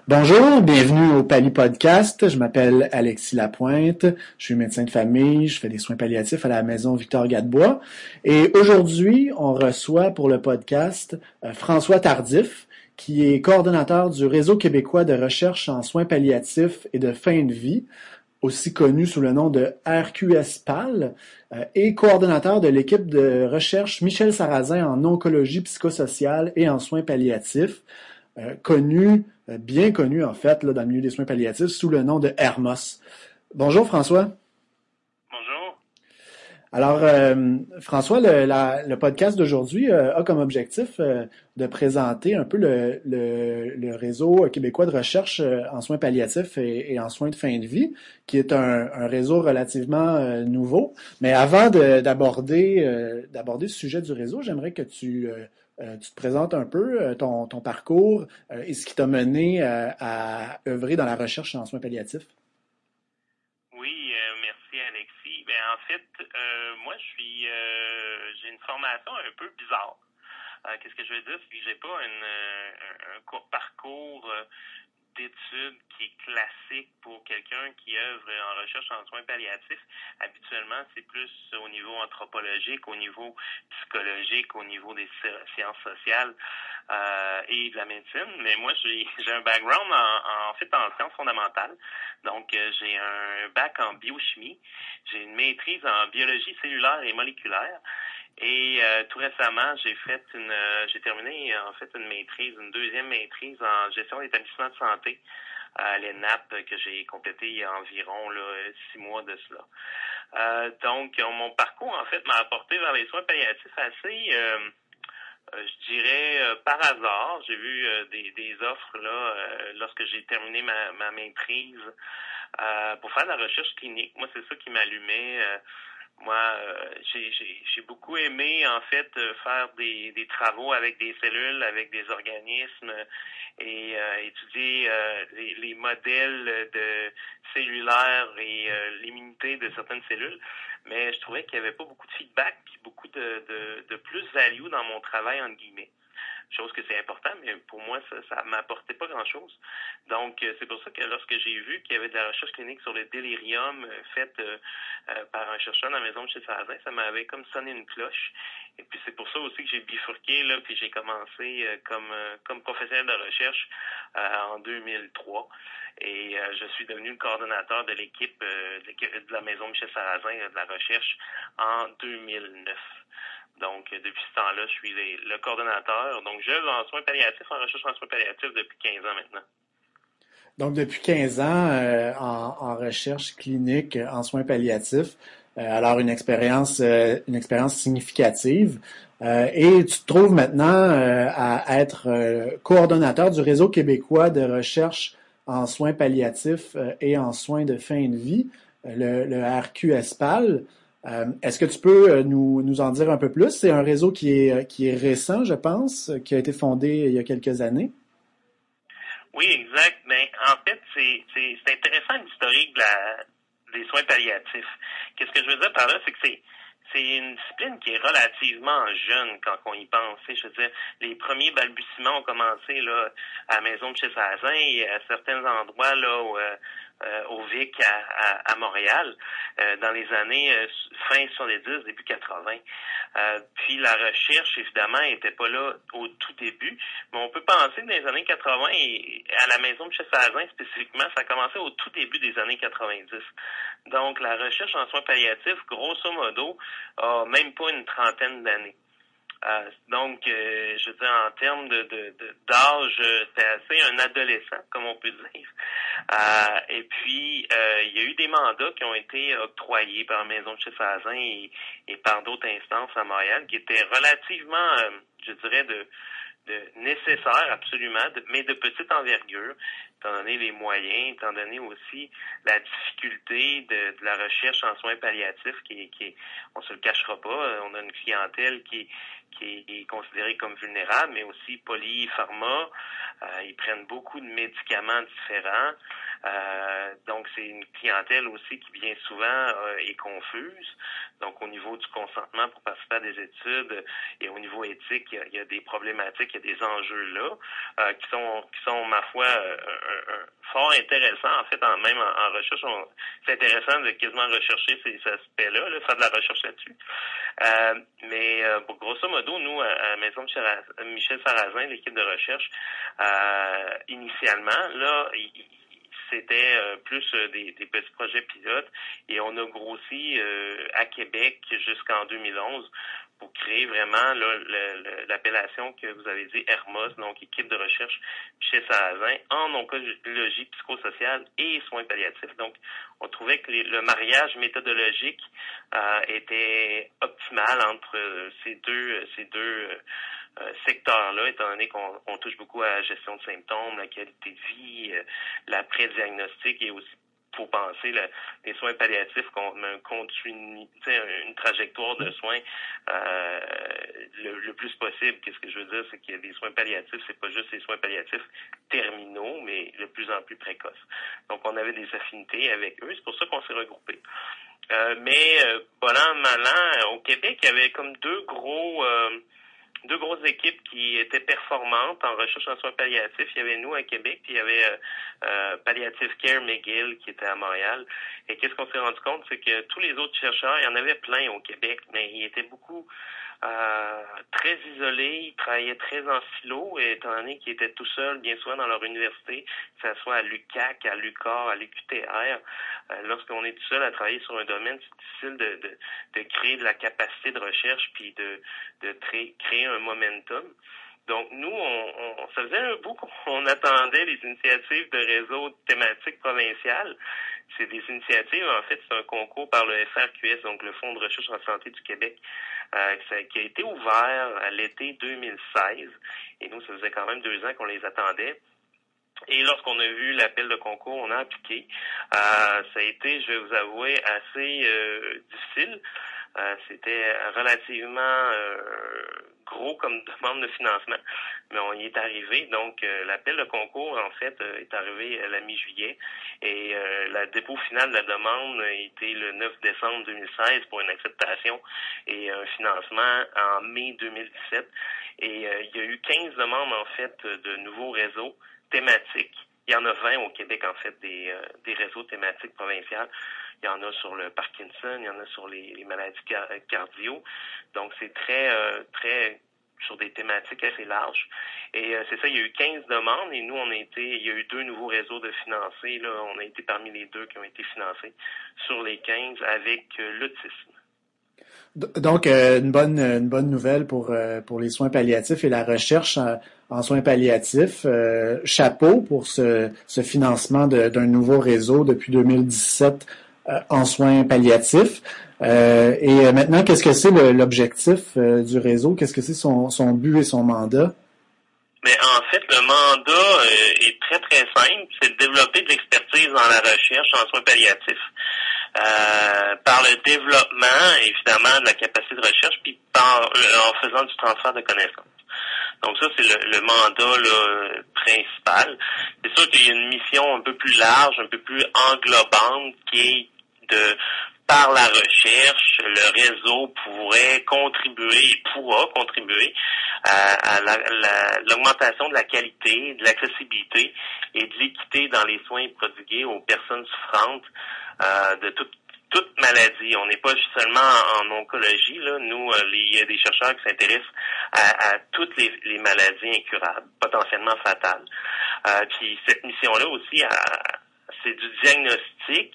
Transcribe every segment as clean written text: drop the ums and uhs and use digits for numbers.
Bonjour, bienvenue au Pali Podcast. Je m'appelle Alexis Lapointe. Je suis médecin de famille. Je fais des soins palliatifs à la maison Victor-Gadebois. Et aujourd'hui, on reçoit pour le podcast François Tardif, qui est coordonnateur du Réseau québécois de recherche en soins palliatifs et de fin de vie, aussi connu sous le nom de RQS-PAL, et coordonnateur de l'équipe de recherche Michel Sarrazin en oncologie psychosociale et en soins palliatifs, bien connu en fait là, dans le milieu des soins palliatifs sous le nom de Hermos. Bonjour François. Bonjour. Alors François, le podcast d'aujourd'hui a comme objectif de présenter un peu le réseau québécois de recherche en soins palliatifs et en soins de fin de vie, qui est un réseau relativement nouveau. Mais avant d'aborder ce sujet du réseau, j'aimerais que tu te présentes un peu ton parcours et ce qui t'a mené à œuvrer dans la recherche en soins palliatifs. Oui, merci Alexis. Ben en fait, moi j'ai une formation un peu bizarre. Qu'est-ce que je veux dire, c'est que j'ai pas un court parcours d'études qui est classique pour quelqu'un qui œuvre en recherche en soins palliatifs. Habituellement, c'est plus au niveau anthropologique, au niveau psychologique, au niveau des sciences sociales et de la médecine. Mais moi, j'ai un background en fait en sciences fondamentales. Donc, j'ai un bac en biochimie. J'ai une maîtrise en biologie cellulaire et moléculaire. Et tout récemment, j'ai terminé en fait une deuxième maîtrise en gestion d'établissements de santé à l'ENAP que j'ai complété il y a environ 6 mois de cela. Donc, mon parcours en fait m'a apporté vers les soins palliatifs assez, je dirais par hasard. J'ai vu des offres là lorsque j'ai terminé ma maîtrise pour faire de la recherche clinique. Moi, c'est ça qui m'allumait. Moi, j'ai beaucoup aimé en fait faire des travaux avec des cellules, avec des organismes et étudier les modèles de cellulaires et l'immunité de certaines cellules. Mais je trouvais qu'il n'y avait pas beaucoup de feedback puis beaucoup de plus-value dans mon travail entre guillemets. Chose que c'est important, mais pour moi, ça m'apportait pas grand-chose. Donc, c'est pour ça que lorsque j'ai vu qu'il y avait de la recherche clinique sur le délirium faite par un chercheur dans la maison de chez Sarrazin, ça m'avait comme sonné une cloche. Et puis, c'est pour ça aussi que j'ai bifurqué, là, puis j'ai commencé comme professionnel de recherche en 2003. Et je suis devenu le coordonnateur de l'équipe de la maison Michel Sarrazin de la recherche en 2009. Donc, depuis ce temps-là, je suis le coordonnateur. Donc, j'œuvre en soins palliatifs, en recherche en soins palliatifs depuis 15 ans maintenant. Donc, depuis 15 ans, en recherche clinique en soins palliatifs, alors une expérience significative. Et tu te trouves maintenant à être coordonnateur du Réseau québécois de recherche en soins palliatifs et en soins de fin de vie, le RQSPAL. Est-ce que tu peux nous en dire un peu plus? C'est un réseau qui est récent, je pense, qui a été fondé il y a quelques années. Oui, exact. Mais en fait, c'est intéressant l'historique des soins palliatifs. Qu'est-ce que je veux dire par là, c'est que c'est une discipline qui est relativement jeune quand on y pense. Je veux dire, les premiers balbutiements ont commencé là à la maison de chez Sarrazin et à certains endroits là au VIC à Montréal dans les années fin 70, début 80. Puis la recherche, évidemment, était pas là au tout début, mais on peut penser que dans les années 80 et à la maison de chez Sarrazin spécifiquement, ça a commencé au tout début des années 90. Donc la recherche en soins palliatifs, grosso modo, a même pas une trentaine d'années. Donc, je veux dire, en termes d'âge, c'est assez un adolescent, comme on peut dire. Et puis, il y a eu des mandats qui ont été octroyés par la Maison de chez Sarrazin et par d'autres instances à Montréal qui étaient relativement, je dirais, de nécessaire absolument, mais de petite envergure, étant donné les moyens, étant donné aussi la difficulté de la recherche en soins palliatifs qui on se le cachera pas, on a une clientèle qui est considérée comme vulnérable, mais aussi polypharma, ils prennent beaucoup de médicaments différents. Donc, c'est une clientèle aussi qui bien souvent est confuse. Donc, au niveau du consentement pour participer à des études et au niveau éthique, il y a des problématiques, il y a des enjeux là qui sont ma foi fort intéressants. En fait, même en recherche, c'est intéressant de quasiment rechercher ces aspects-là, faire de la recherche là-dessus. Mais grosso modo, nous, à Maison Michel Sarrazin, l'équipe de recherche, initialement, là, c'était plus des petits projets pilotes et on a grossi à Québec jusqu'en 2011 pour créer vraiment là, l'appellation que vous avez dit Hermos, donc équipe de recherche chez Sarrazin en oncologie psychosociale et soins palliatifs. Donc, on trouvait que le mariage méthodologique était optimal entre ces deux secteur-là, étant donné qu'on touche beaucoup à la gestion de symptômes, la qualité de vie, l'après-diagnostic et aussi pour penser les soins palliatifs comme une trajectoire de soins le plus possible. Qu'est-ce que je veux dire, c'est qu'il y a des soins palliatifs, c'est pas juste les soins palliatifs terminaux, mais de plus en plus précoces. Donc, on avait des affinités avec eux, c'est pour ça qu'on s'est regroupés. Mais bon an, mal an, au Québec, il y avait comme deux grosses équipes qui étaient performantes en recherche en soins palliatifs. Il y avait nous à Québec, puis il y avait Palliative Care McGill qui était à Montréal. Et qu'est-ce qu'on s'est rendu compte, c'est que tous les autres chercheurs, il y en avait plein au Québec, mais ils étaient beaucoup très isolés, ils travaillaient très en silo, et étant donné qu'ils étaient tout seuls, bien souvent dans leur université, que ce soit à l'UQAC, à l'UQAR, à l'UQTR, lorsqu'on est tout seul à travailler sur un domaine, c'est difficile de créer de la capacité de recherche puis de créer un momentum. Donc, nous, ça faisait un bout qu'on attendait les initiatives de réseau thématiques provinciales. C'est des initiatives, en fait, c'est un concours par le FRQS, donc le Fonds de recherche en santé du Québec, qui a été ouvert à l'été 2016. Et nous, ça faisait quand même 2 ans qu'on les attendait. Et lorsqu'on a vu l'appel de concours, on a appliqué. Ça a été, je vais vous avouer, assez difficile. C'était relativement gros comme demande de financement, mais on y est arrivé. Donc, l'appel de concours, en fait, est arrivé à la mi-juillet et le dépôt final de la demande a été le 9 décembre 2016 pour une acceptation et un financement en mai 2017. Et il y a eu 15 demandes, en fait, de nouveaux réseaux thématiques. Il y en a 20 au Québec, en fait, des réseaux thématiques provinciales. Il y en a sur le Parkinson, il y en a sur les maladies cardio. Donc, c'est très sur des thématiques assez larges. Et c'est ça, il y a eu 15 demandes et nous, il y a eu 2 nouveaux réseaux de financés. Là, on a été parmi les 2 qui ont été financés sur les 15 avec l'autisme. Donc, une bonne nouvelle pour les soins palliatifs et la recherche en soins palliatifs. Chapeau pour ce financement d'un nouveau réseau depuis 2017 en soins palliatifs. Et maintenant, qu'est-ce que c'est l'objectif du réseau? Qu'est-ce que c'est son but et son mandat? Mais en fait, le mandat est très, très simple. C'est de développer de l'expertise dans la recherche en soins palliatifs. Par le développement, évidemment, de la capacité de recherche, puis en faisant du transfert de connaissances. Donc ça, c'est le mandat là, principal. C'est sûr qu'il y a une mission un peu plus large, un peu plus englobante, qui est par la recherche, le réseau pourrait contribuer et pourra contribuer à l'augmentation de la qualité, de l'accessibilité et de l'équité dans les soins prodigués aux personnes souffrantes de toute maladie. On n'est pas seulement en oncologie. Là. Nous, il y a des chercheurs qui s'intéressent à toutes les maladies incurables, potentiellement fatales. Puis cette mission-là aussi, c'est du diagnostic.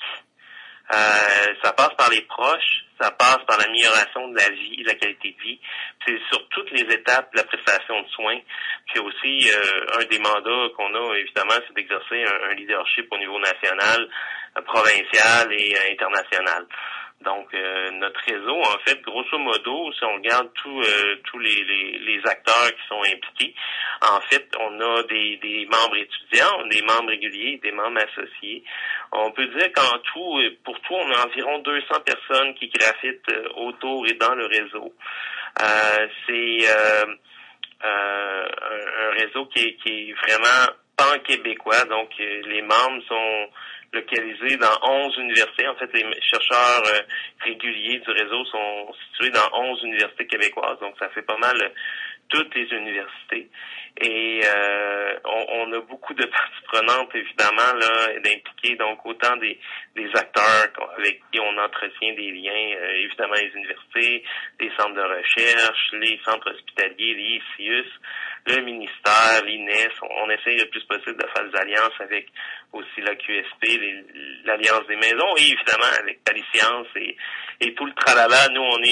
Ça passe par les proches, ça passe par l'amélioration de la vie, de la qualité de vie. C'est sur toutes les étapes de la prestation de soins. Puis aussi, un des mandats qu'on a, évidemment, c'est d'exercer un leadership au niveau national, provincial et international. Donc, notre réseau, en fait, grosso modo, si on regarde tous les acteurs qui sont impliqués, en fait, on a des membres étudiants, des membres réguliers, des membres associés. On peut dire qu'en tout, pour tout, on a environ 200 personnes qui gravitent autour et dans le réseau. C'est un réseau qui est vraiment pan-québécois. Donc, les membres sont localisés dans 11 universités. En fait, les chercheurs réguliers du réseau sont situés dans 11 universités québécoises. Donc, ça fait pas mal toutes les universités. Et on a beaucoup de parties prenantes, évidemment, là, d'impliquer, donc autant des acteurs avec qui on entretient des liens, évidemment les universités, les centres de recherche, les centres hospitaliers, les ICIUS, le ministère, l'INES. On essaye le plus possible de faire des alliances avec aussi la QSP, l'Alliance des maisons, et évidemment avec Paliscience et tout le tralala. Nous, on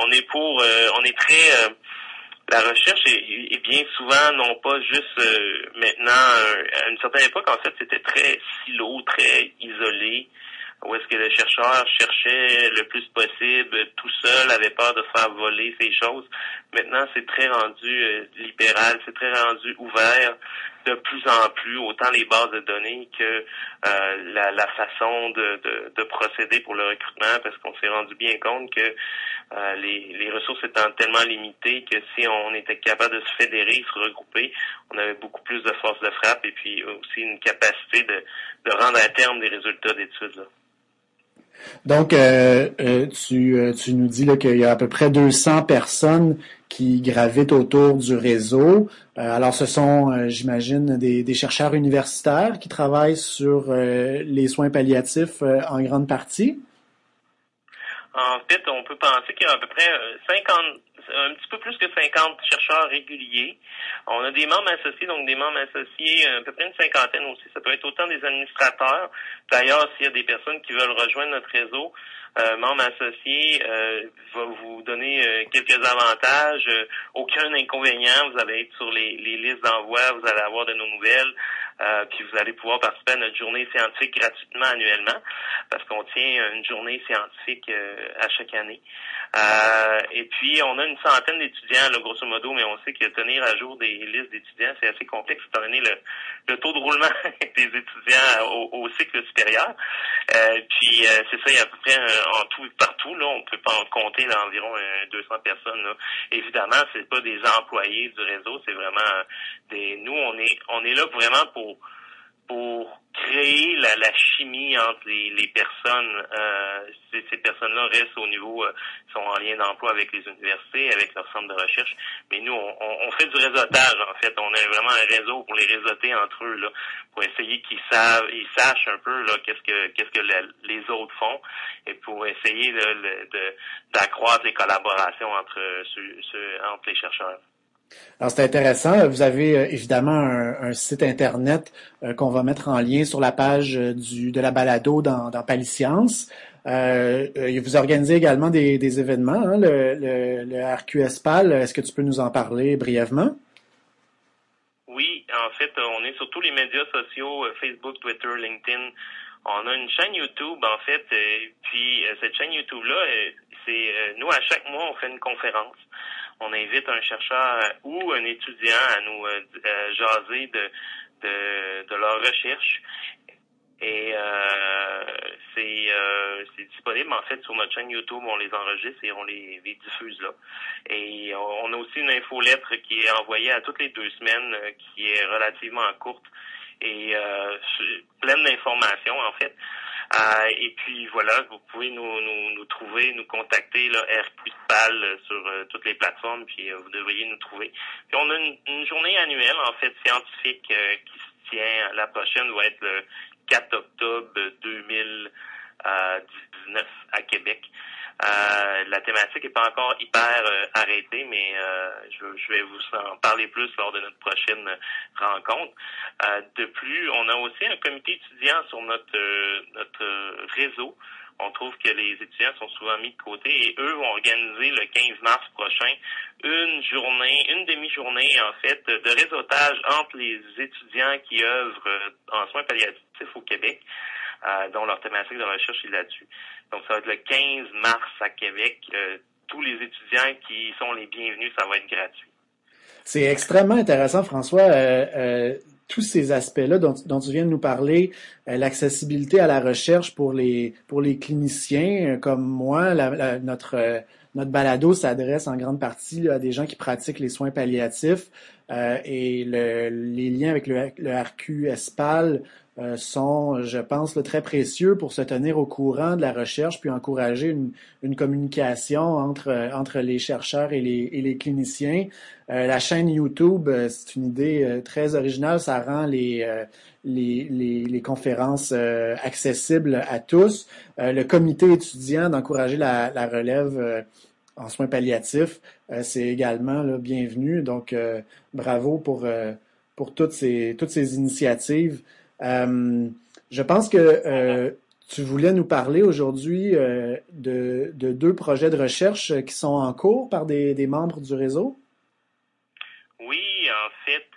est très la recherche est bien souvent non pas juste maintenant, à une certaine époque, en fait, c'était très silo, très isolé, où est-ce que le chercheur cherchait le plus possible, tout seul, avait peur de faire voler ces choses. Maintenant, c'est très rendu libéral, c'est très rendu ouvert de plus en plus, autant les bases de données que la façon de procéder pour le recrutement, parce qu'on s'est rendu bien compte que les ressources étant tellement limitées que si on était capable de se fédérer, se regrouper, on avait beaucoup plus de force de frappe et puis aussi une capacité de rendre à terme des résultats d'études, là. Donc, tu nous dis là, qu'il y a à peu près 200 personnes qui gravitent autour du réseau. Alors, ce sont, j'imagine, des chercheurs universitaires qui travaillent sur les soins palliatifs en grande partie. En fait, on peut penser qu'il y a à peu près 50, un petit peu plus que 50 chercheurs réguliers. On a des membres associés, donc des membres associés, à peu près une cinquantaine aussi. Ça peut être autant des administrateurs. D'ailleurs, s'il y a des personnes qui veulent rejoindre notre réseau, membres associés va vous donner quelques avantages. Aucun inconvénient. Vous allez être sur les listes d'envoi. Vous allez avoir de nos nouvelles. Puis vous allez pouvoir participer à notre journée scientifique gratuitement annuellement, parce qu'on tient une journée scientifique à chaque année. Et puis, on a une centaine d'étudiants, là, grosso modo, mais on sait que tenir à jour des listes d'étudiants, c'est assez complexe, étant donné le taux de roulement des étudiants au cycle supérieur. Puis, c'est ça, il y a à peu près en tout et partout, là, on peut pas en compter là, environ 200 personnes. Là. Évidemment, c'est pas des employés du réseau, c'est vraiment nous, on est là vraiment pour créer la chimie entre les personnes. Ces personnes-là restent au niveau, sont en lien d'emploi avec les universités, avec leurs centres de recherche. Mais nous, on fait du réseautage, en fait. On a vraiment un réseau pour les réseauter entre eux, là, pour essayer qu'ils sachent un peu là qu'est-ce que les autres font, et pour essayer là, d'accroître les collaborations entre les chercheurs. Alors, c'est intéressant. Vous avez évidemment un site Internet qu'on va mettre en lien sur la page de la balado dans Paliscience. Vous organisez également des événements, hein, le RQSPAL. Est-ce que tu peux nous en parler brièvement? Oui, en fait, on est sur tous les médias sociaux, Facebook, Twitter, LinkedIn. On a une chaîne YouTube, en fait, puis cette chaîne YouTube-là, c'est nous, à chaque mois, on fait une conférence. On invite un chercheur ou un étudiant à nous jaser de leur recherche. Et c'est disponible en fait sur notre chaîne YouTube. On les enregistre et on les diffuse là. Et on a aussi une infolettre qui est envoyée à toutes les 2 semaines, qui est relativement courte et pleine d'informations en fait. Et puis voilà, vous pouvez nous trouver, nous contacter là, RQSPAL sur toutes les plateformes, puis vous devriez nous trouver. Puis on a une journée annuelle en fait scientifique qui se tient. La prochaine va être le 4 octobre 2019 à Québec. La thématique n'est pas encore hyper arrêtée, mais je vais vous en parler plus lors de notre prochaine rencontre. De plus, on a aussi un comité étudiant sur notre réseau. On trouve que les étudiants sont souvent mis de côté et eux vont organiser le 15 mars prochain une demi-journée en fait de réseautage entre les étudiants qui œuvrent en soins palliatifs au Québec, dont leur thématique de recherche est là-dessus. Donc ça va être le 15 mars à Québec. Tous les étudiants qui sont les bienvenus, ça va être gratuit. C'est extrêmement intéressant, François. Tous ces aspects-là dont tu viens de nous parler, l'accessibilité à la recherche pour les cliniciens comme moi, notre balado s'adresse en grande partie là, à des gens qui pratiquent les soins palliatifs. et les liens avec le RQ-ESPAL sont, je pense, là, très précieux pour se tenir au courant de la recherche puis encourager une communication entre les chercheurs et les cliniciens. La chaîne YouTube, c'est une idée très originale. Ça rend les conférences accessibles à tous. Le comité étudiant d'encourager la relève en soins palliatifs, c'est également là, bienvenu. Donc, bravo pour toutes ces initiatives. Je pense que tu voulais nous parler aujourd'hui de deux projets de recherche qui sont en cours par des membres du réseau. Oui, en fait,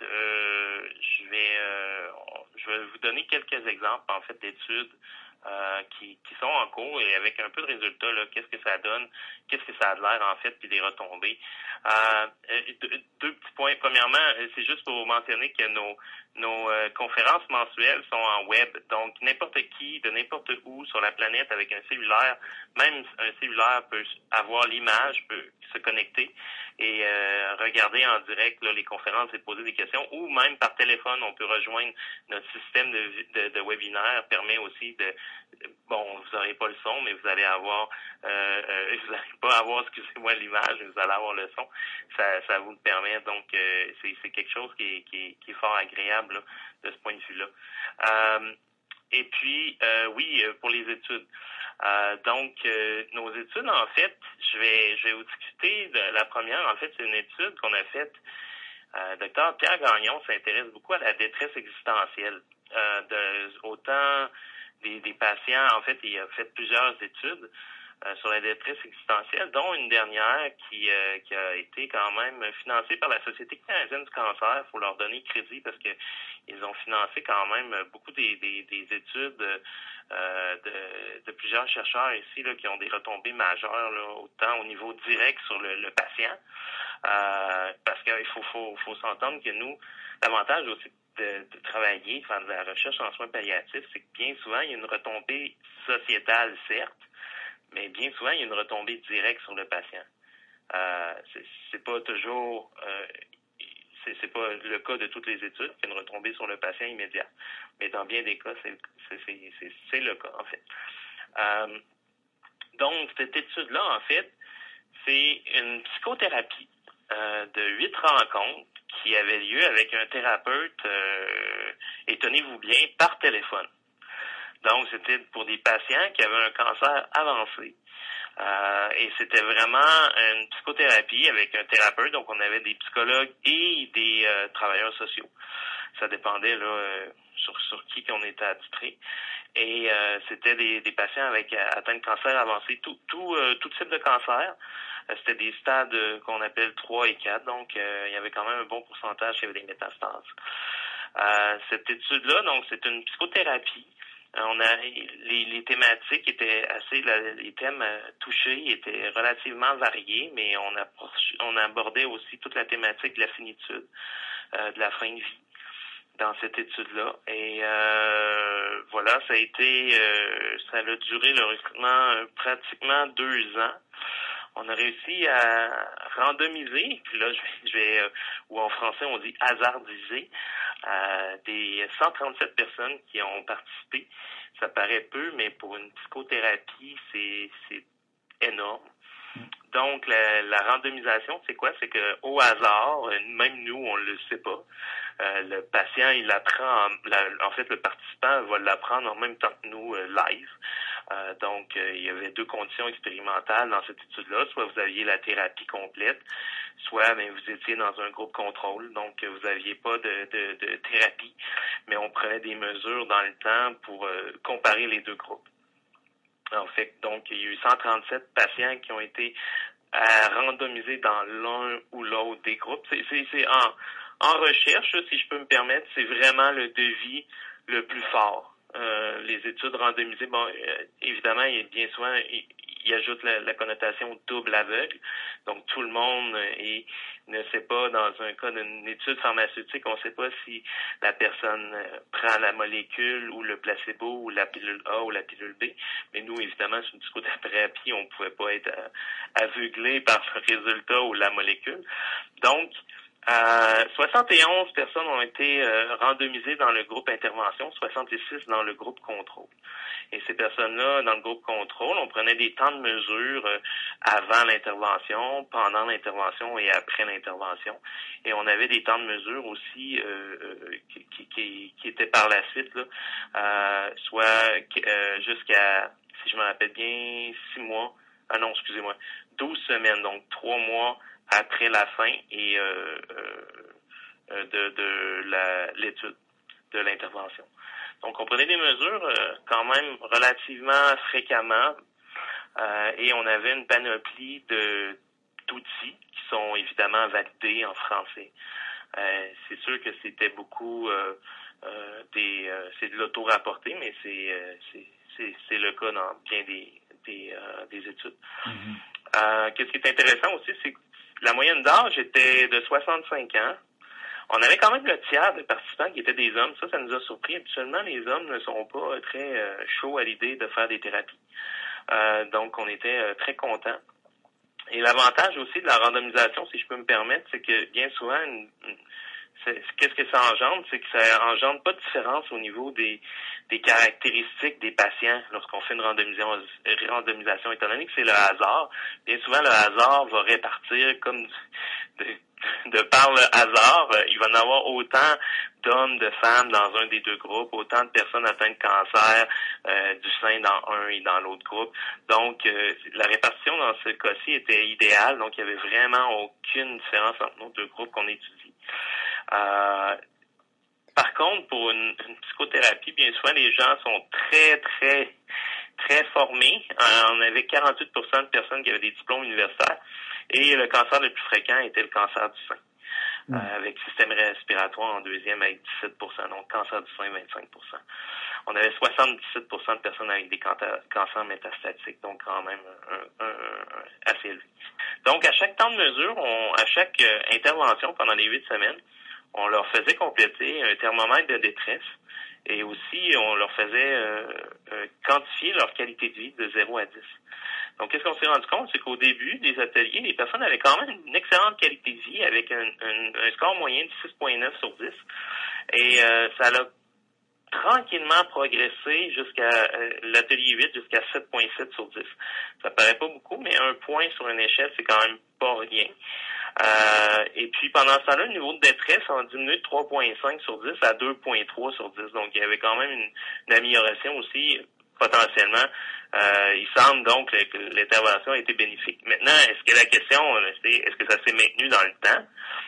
je vais vous donner quelques exemples en fait d'études qui sont en cours et avec un peu de résultats, là, qu'est-ce que ça donne, qu'est-ce que ça a l'air en fait, puis des retombées. Deux petits points. Premièrement, c'est juste pour mentionner que nos conférences mensuelles sont en web, donc n'importe qui, de n'importe où sur la planète avec un cellulaire, même un cellulaire peut avoir l'image, peut se connecter et regarder en direct là, les conférences et poser des questions, ou même par téléphone, on peut rejoindre notre système de webinaire, permet aussi bon, vous n'aurez pas le son, mais vous allez avoir, vous n'allez pas avoir, excusez-moi, l'image, mais vous allez avoir le son. Ça vous le permet, donc c'est quelque chose qui est fort agréable là, de ce point de vue-là. Et puis, oui, pour les études. Donc, nos études, en fait, je vais vous discuter de la première. En fait, c'est une étude qu'on a faite. Docteur Pierre Gagnon s'intéresse beaucoup à la détresse existentielle. Autant des patients, en fait, il a fait plusieurs études sur la détresse existentielle, dont une dernière qui a été quand même financée par la Société canadienne du cancer. Il faut leur donner crédit parce que ils ont financé quand même beaucoup des études de plusieurs chercheurs ici là, qui ont des retombées majeures, là, autant au niveau direct sur le patient, parce qu'il faut s'entendre que nous, l'avantage aussi de travailler, faire de la recherche en soins palliatifs, c'est que bien souvent, il y a une retombée sociétale, certes, mais bien souvent, il y a une retombée directe sur le patient. C'est pas toujours, c'est pas le cas de toutes les études, qu'il y a une retombée sur le patient immédiat. Mais dans bien des cas, c'est le cas, en fait. Donc, cette étude-là, en fait, c'est une psychothérapie de 8 rencontres qui avait lieu avec un thérapeute, et tenez-vous bien, par téléphone. Donc, c'était pour des patients qui avaient un cancer avancé. Et c'était vraiment une psychothérapie avec un thérapeute. Donc, on avait des psychologues et des travailleurs sociaux. Ça dépendait là sur qui qu'on était attitré. Et c'était des patients avec atteints de cancer avancé, tout type de cancer. C'était des stades qu'on appelle 3 et 4, donc il y avait quand même un bon pourcentage qui avait des métastases. Cette étude-là, donc, c'est une psychothérapie. On a les thématiques étaient les thèmes touchés étaient relativement variés, mais on abordait aussi toute la thématique de la finitude, de la fin de vie dans cette étude-là. Et voilà, ça a duré le recrutement pratiquement 2 ans. On a réussi à randomiser, puis là, ou en français, on dit hasardiser, des 137 personnes qui ont participé. Ça paraît peu, mais pour une psychothérapie, c'est énorme. Donc, la randomisation, c'est quoi? C'est que au hasard, même nous, on le sait pas. Le patient, il apprend, en fait, le participant va l'apprendre en même temps que nous, live. Donc, il y avait 2 conditions expérimentales dans cette étude-là. Soit vous aviez la thérapie complète, soit vous étiez dans un groupe contrôle, donc vous n'aviez pas de thérapie, mais on prenait des mesures dans le temps pour comparer les 2 groupes. En fait, donc, il y a eu 137 patients qui ont été randomisés dans l'un ou l'autre des groupes. C'est en recherche, si je peux me permettre, c'est vraiment le devis le plus fort. Les études randomisées, bon, évidemment, bien souvent, il ajoute la connotation double aveugle. Donc, tout le monde ne sait pas, dans un cas d'une étude pharmaceutique, on ne sait pas si la personne prend la molécule ou le placebo ou la pilule A ou la pilule B. Mais nous, évidemment, sur une psychothérapie, on ne pouvait pas être aveuglé par le résultat ou la molécule. Donc, 71 personnes ont été randomisées dans le groupe intervention, 66 dans le groupe contrôle. Et ces personnes-là, dans le groupe contrôle, on prenait des temps de mesure avant l'intervention, pendant l'intervention et après l'intervention. Et on avait des temps de mesure aussi qui étaient par la suite, là, soit jusqu'à, si je me rappelle bien, 12 semaines, donc 3 mois après la fin et de l'étude de l'intervention. Donc, on prenait des mesures quand même relativement fréquemment et on avait une panoplie d'outils qui sont évidemment validés en français. C'est sûr que c'était beaucoup c'est de l'auto-rapporté, mais c'est le cas dans bien des études. Mm-hmm. Qu'est-ce qui est intéressant aussi, c'est que la moyenne d'âge était de 65 ans. On avait quand même le tiers des participants qui étaient des hommes. Ça nous a surpris. Habituellement, les hommes ne sont pas très chauds à l'idée de faire des thérapies. Donc, on était très contents. Et l'avantage aussi de la randomisation, si je peux me permettre, c'est que bien souvent, qu'est-ce que ça engendre? C'est que ça engendre pas de différence au niveau des caractéristiques des patients lorsqu'on fait une randomisation étant donné que c'est le hasard. Bien souvent, le hasard va répartir comme de par le hasard, il va y en avoir autant d'hommes, de femmes dans un des deux groupes, autant de personnes atteintes de cancer du sein dans un et dans l'autre groupe. Donc, la répartition dans ce cas-ci était idéale, donc il n'y avait vraiment aucune différence entre nos deux groupes qu'on étudie. Par contre, pour une psychothérapie, bien souvent, les gens sont très formés. On avait 48% de personnes qui avaient des diplômes universitaires et le cancer le plus fréquent était le cancer du sein, avec système respiratoire en deuxième avec 17%, donc cancer du sein 25%. On avait 77% de personnes avec des cancers métastatiques, donc quand même assez élevé. Donc, à chaque temps de mesure, à chaque intervention pendant les 8 semaines, on leur faisait compléter un thermomètre de détresse et aussi on leur faisait quantifier leur qualité de vie de 0 à 10. Donc, qu'est-ce qu'on s'est rendu compte? C'est qu'au début des ateliers, les personnes avaient quand même une excellente qualité de vie avec un score moyen de 6,9 sur 10. Et ça a tranquillement progressé jusqu'à l'atelier 8 jusqu'à 7,7 sur 10. Ça paraît pas beaucoup, mais un point sur une échelle, c'est quand même pas rien. Et puis, pendant ce temps-là, le niveau de détresse a diminué de 3,5 sur 10 à 2,3 sur 10. Donc, il y avait quand même une amélioration aussi, potentiellement. Il semble donc que l'intervention a été bénéfique. Maintenant, est-ce que la question, c'est est-ce que ça s'est maintenu dans le temps?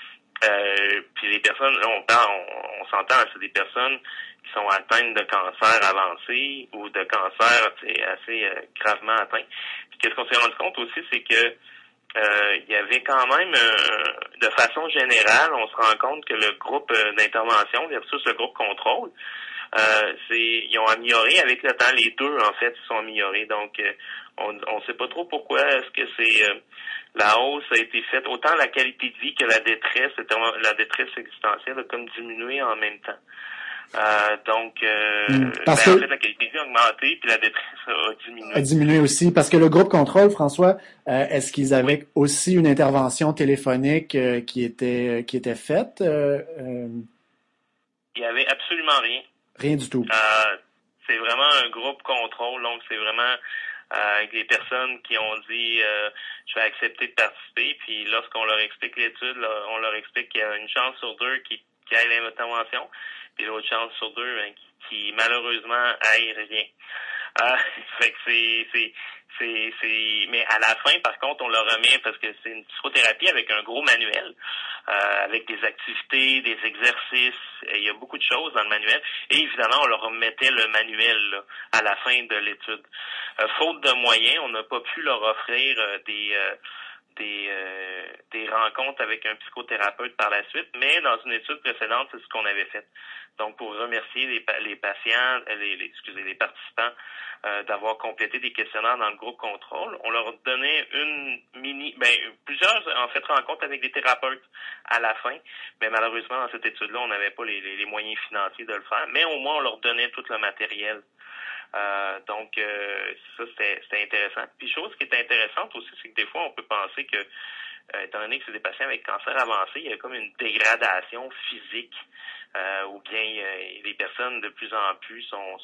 Puis les personnes, là, on s'entend, c'est des personnes qui sont atteintes de cancer avancé ou de cancer assez gravement atteint. Puis qu'est-ce qu'on s'est rendu compte aussi, c'est que il y avait quand même, de façon générale, on se rend compte que le groupe d'intervention versus le groupe contrôle, ils ont amélioré avec le temps. Les deux, en fait, se sont améliorés. Donc, on ne sait pas trop pourquoi est-ce que c'est la hausse a été faite. Autant la qualité de vie que la détresse existentielle a comme diminué en même temps. Donc, en fait, la qualité de vie a augmenté, puis la détresse a diminué. A diminué aussi, parce que le groupe contrôle, François, est-ce qu'ils avaient aussi une intervention téléphonique qui était faite? Il y avait absolument rien. Rien du tout. C'est vraiment un groupe contrôle, donc c'est vraiment avec des personnes qui ont dit je vais accepter de participer, puis lorsqu'on leur explique l'étude, là, on leur explique qu'il y a une chance sur deux qui aille l'intervention, puis l'autre chance sur deux qui malheureusement aille rien. Fait que mais à la fin, par contre, on leur remet, parce que c'est une psychothérapie avec un gros manuel, avec des activités, des exercices, il y a beaucoup de choses dans le manuel, et évidemment, on leur remettait le manuel là, à la fin de l'étude. Faute de moyens, on n'a pas pu leur offrir des rencontres avec un psychothérapeute par la suite, mais dans une étude précédente, c'est ce qu'on avait fait. Donc, pour remercier les patients, les participants d'avoir complété des questionnaires dans le groupe contrôle, on leur donnait plusieurs, en fait, rencontres avec des thérapeutes à la fin, mais malheureusement, dans cette étude-là, on n'avait pas les moyens financiers de le faire, mais au moins, on leur donnait tout le matériel. Donc, ça, c'était intéressant. Puis, chose qui est intéressante aussi, c'est que des fois, on peut penser que étant donné que c'est des patients avec cancer avancé, il y a comme une dégradation physique, ou bien les personnes de plus en plus sont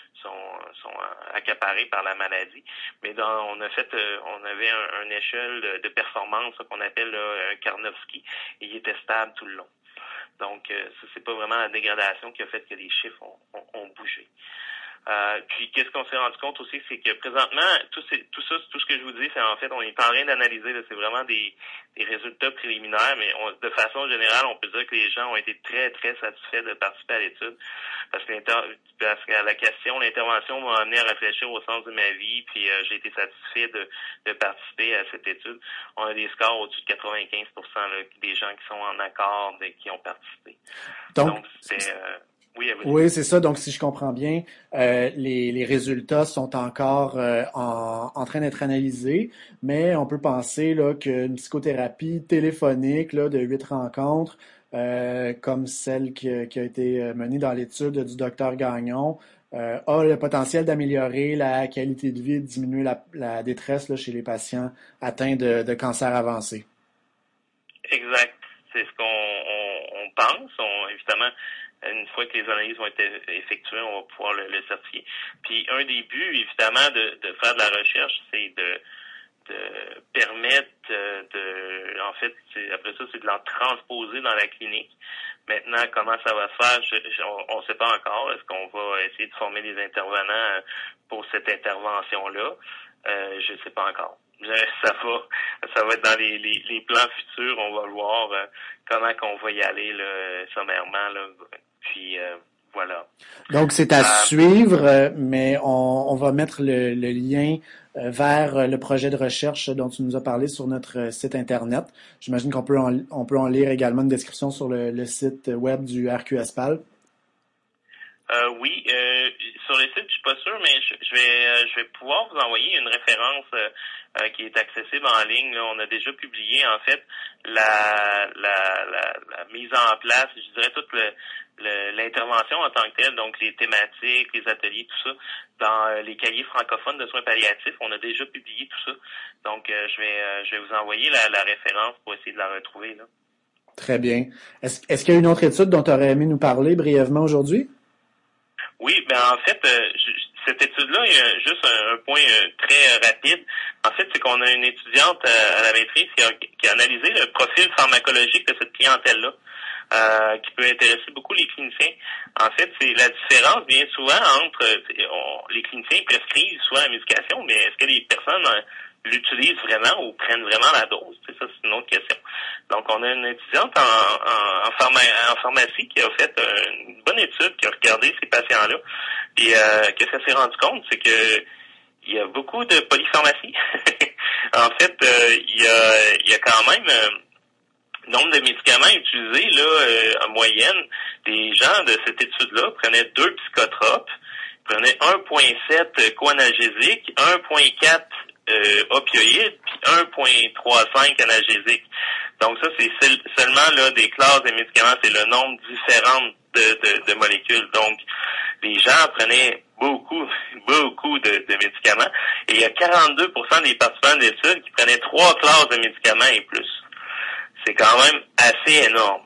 accaparées par la maladie. Mais on avait une échelle de performance qu'on appelle un Karnofsky, et il était stable tout le long. Donc, ça, c'est pas vraiment la dégradation qui a fait que les chiffres ont bougé. Puis, qu'est-ce qu'on s'est rendu compte aussi, c'est que présentement, tout ce que je vous dis, c'est en fait, on est en train d'analyser, là, c'est vraiment des résultats préliminaires, mais de façon générale, on peut dire que les gens ont été très, très satisfaits de participer à l'étude, parce que la question, l'intervention m'a amené à réfléchir au sens de ma vie, puis j'ai été satisfait de participer à cette étude. On a des scores au-dessus de 95% là, des gens qui sont en accord, qui ont participé. Donc c'était... Oui, c'est ça. Donc, si je comprends bien, les résultats sont encore en train d'être analysés, mais on peut penser là, qu'une psychothérapie téléphonique là, de 8 rencontres, comme celle qui a été menée dans l'étude du docteur Gagnon, a le potentiel d'améliorer la qualité de vie, de diminuer la détresse là, chez les patients atteints de cancer avancé. Exact. C'est ce qu'on pense. Évidemment, une fois que les analyses vont être effectuées, on va pouvoir le certifier. Puis un des buts, évidemment, de faire de la recherche, c'est de permettre en fait, après ça, c'est de l'en transposer dans la clinique. Maintenant, comment ça va se faire, on ne sait pas encore. Est-ce qu'on va essayer de former des intervenants pour cette intervention-là? Je ne sais pas encore. Ça va être dans les plans futurs. On va voir comment qu'on va y aller là, sommairement. Là. Puis voilà. Donc c'est à suivre, mais on va mettre le lien vers le projet de recherche dont tu nous as parlé sur notre site internet. J'imagine qu'on peut en lire également une description sur le site web du RQSPAL. Oui, sur le site, je suis pas sûr, mais je vais pouvoir vous envoyer une référence qui est accessible en ligne. Là. On a déjà publié en fait la mise en place, je dirais toute l'intervention en tant que telle, donc les thématiques, les ateliers, tout ça, dans les cahiers francophones de soins palliatifs. On a déjà publié tout ça. Donc je vais vous envoyer la référence pour essayer de la retrouver là. Très bien. Est-ce qu'il y a une autre étude dont tu aurais aimé nous parler brièvement aujourd'hui? Oui, ben en fait, cette étude-là, il y a juste un point très rapide. En fait, c'est qu'on a une étudiante à la maîtrise qui a analysé le profil pharmacologique de cette clientèle-là, qui peut intéresser beaucoup les cliniciens. En fait, c'est la différence bien souvent entre les cliniciens prescrivent souvent la médication, mais est-ce que les personnes l'utilisent vraiment ou prennent vraiment la dose? Ça, c'est une autre question. Donc, on a une étudiante en pharmacie qui a fait une bonne étude, qui a regardé ces patients-là. Et qu'est-ce qu'elle s'est rendu compte? C'est que il y a beaucoup de polypharmacie. En fait, il y a quand même nombre de médicaments utilisés là en moyenne. Les gens de cette étude-là prenaient 2 psychotropes, prenaient 1,7 coanalgésiques, 1,4 opioïdes, puis 1,35 analgésiques. Donc ça, c'est seulement là des classes de médicaments, c'est le nombre différent de molécules. Donc, les gens prenaient beaucoup de médicaments. Et il y a 42% des participants de l'étude qui prenaient 3 classes de médicaments et plus. C'est quand même assez énorme.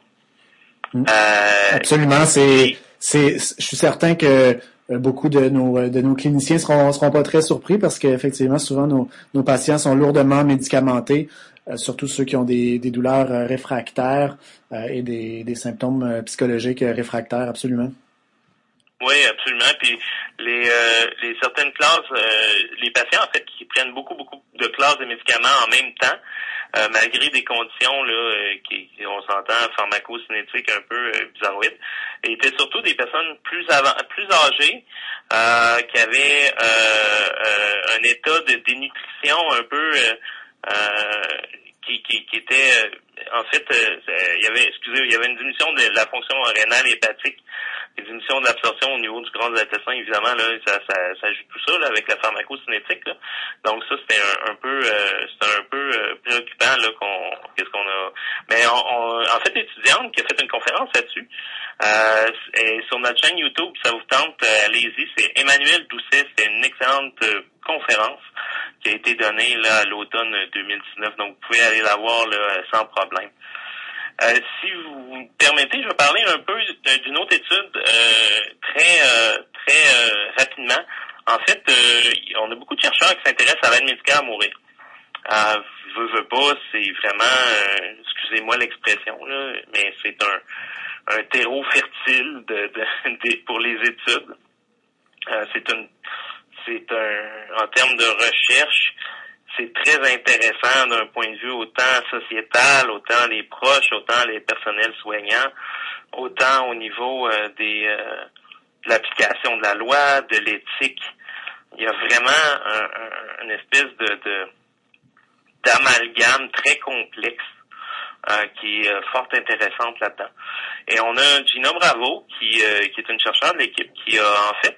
Absolument. Je suis certain que beaucoup de nos cliniciens seront pas très surpris parce qu'effectivement, souvent, nos patients sont lourdement médicamentés, surtout ceux qui ont des douleurs réfractaires et des symptômes psychologiques réfractaires, absolument. Oui, absolument. Puis les certaines classes, les patients en fait qui prennent beaucoup de classes de médicaments en même temps, malgré des conditions là qui on s'entend pharmacocinétiques un peu bizarroïdes, étaient surtout des personnes plus âgées qui avaient un état de dénutrition un peu qui était en fait il y avait une diminution de la fonction rénale et hépatique, une diminution de l'absorption au niveau du grand intestin, évidemment là ça joue tout ça là avec la pharmacocinétique là. Donc ça c'était un peu préoccupant là qu'est-ce qu'on a, mais en fait l'étudiante qui a fait une conférence là-dessus et sur notre chaîne YouTube, ça vous tente, allez-y, c'est Emmanuel Doucet, c'est une excellente conférence. qui a été donné là à l'automne 2019. Donc, vous pouvez aller la voir là, sans problème. Si vous me permettez, je vais parler un peu d'une autre étude très rapidement. En fait, on a beaucoup de chercheurs qui s'intéressent à l'aide médicale à mourir. Veux pas, c'est vraiment, excusez-moi l'expression là, mais c'est un terreau fertile pour les études. En termes de recherche, c'est très intéressant d'un point de vue autant sociétal, autant les proches, autant les personnels soignants, autant au niveau de l'application de la loi, de l'éthique. Il y a vraiment une espèce d'amalgame très complexe qui est fort intéressante là-dedans. Et on a Gina Bravo, qui est une chercheure de l'équipe, qui a en fait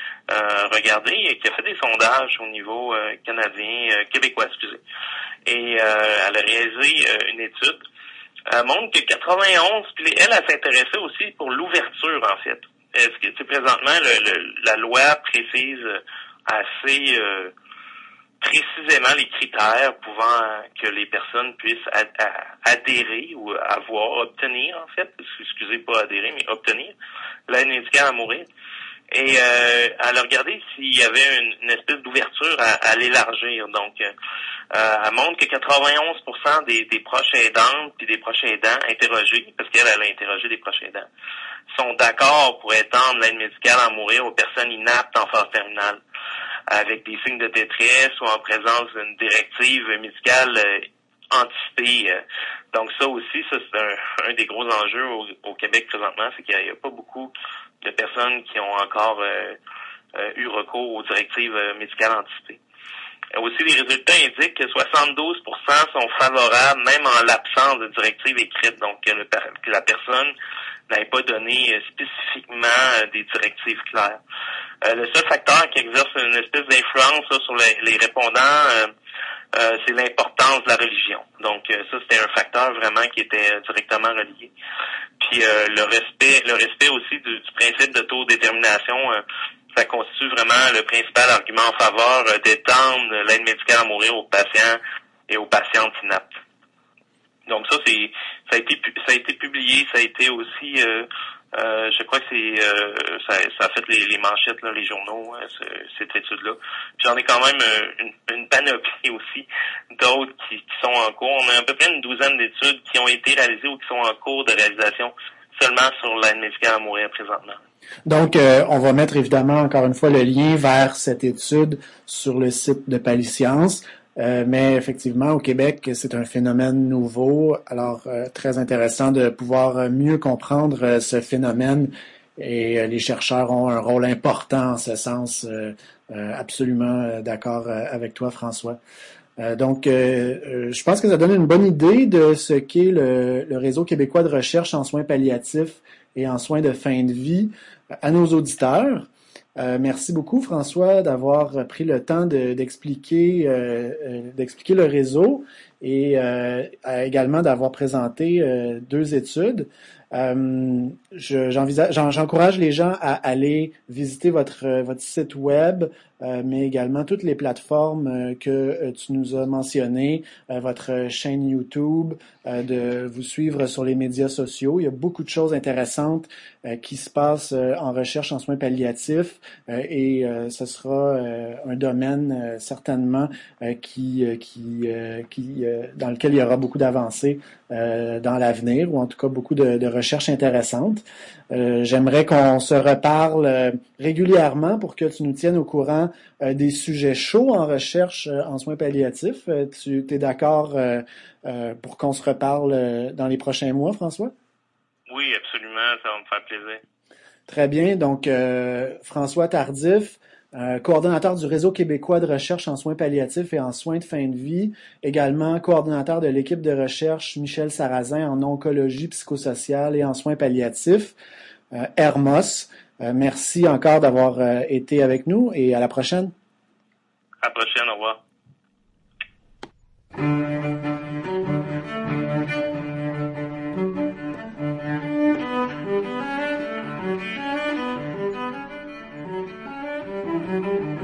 regardé, qui a fait des sondages au niveau québécois, excusez. Et elle a réalisé une étude. Elle montre que 91, puis elle s'intéressait aussi pour l'ouverture, en fait. Est-ce que, présentement, la loi précise assez précisément les critères pouvant que les personnes puissent adhérer ou obtenir, en fait, excusez, pas adhérer, mais obtenir l'aide médicale à mourir. Et elle a regardé s'il y avait une espèce d'ouverture à l'élargir. Donc, elle montre que 91% des proches aidantes puis des proches aidants interrogés, parce qu'elle a interrogé des proches aidants, sont d'accord pour étendre l'aide médicale à mourir aux personnes inaptes en phase terminale, avec des signes de détresse ou en présence d'une directive médicale anticipée. Donc ça aussi, c'est un des gros enjeux au Québec présentement, c'est qu'il n'y a pas beaucoup de personnes qui ont encore eu recours aux directives médicales anticipées. Aussi, les résultats indiquent que 72% sont favorables, même en l'absence de directive écrite, donc que la personne n'avait pas donné spécifiquement des directives claires. Le seul facteur qui exerce une espèce d'influence sur les répondants, c'est l'importance de la religion. Donc ça, c'était un facteur vraiment qui était directement relié. Puis le respect aussi du principe d'autodétermination, ça constitue vraiment le principal argument en faveur d'étendre l'aide médicale à mourir aux patients et aux patientes inaptes. Donc ça a été publié, ça a été aussi je crois que ça a fait les manchettes là, les journaux, cette étude-là. J'en ai quand même une panoplie aussi d'autres qui sont en cours. On a à peu près une douzaine d'études qui ont été réalisées ou qui sont en cours de réalisation seulement sur l'aide médicale à mourir présentement. Donc, on va mettre évidemment encore une fois le lien vers cette étude sur le site de Paliscience. Mais effectivement, au Québec, c'est un phénomène nouveau. Alors, très intéressant de pouvoir mieux comprendre ce phénomène. Et les chercheurs ont un rôle important en ce sens. Absolument d'accord avec toi, François. Donc, je pense que ça donne une bonne idée de ce qu'est le Réseau québécois de recherche en soins palliatifs et en soins de fin de vie à nos auditeurs. Merci beaucoup, François, d'avoir pris le temps d'expliquer le réseau et également d'avoir présenté deux études. J'encourage les gens à aller visiter votre site web, mais également toutes les plateformes que tu nous as mentionnées, votre chaîne YouTube, de vous suivre sur les médias sociaux. Il y a beaucoup de choses intéressantes qui se passent en recherche en soins palliatifs et ce sera un domaine certainement dans lequel il y aura beaucoup d'avancées dans l'avenir, ou en tout cas beaucoup de recherches intéressantes. J'aimerais qu'on se reparle régulièrement pour que tu nous tiennes au courant des sujets chauds en recherche en soins palliatifs. Tu es d'accord pour qu'on se reparle dans les prochains mois, François? Oui, absolument, ça va me faire plaisir. Très bien, donc François Tardif, coordonnateur du Réseau québécois de recherche en soins palliatifs et en soins de fin de vie, également coordonnateur de l'équipe de recherche Michel Sarrazin en oncologie psychosociale et en soins palliatifs, Hermos. Merci encore d'avoir été avec nous et à la prochaine. À la prochaine, au revoir. Thank you.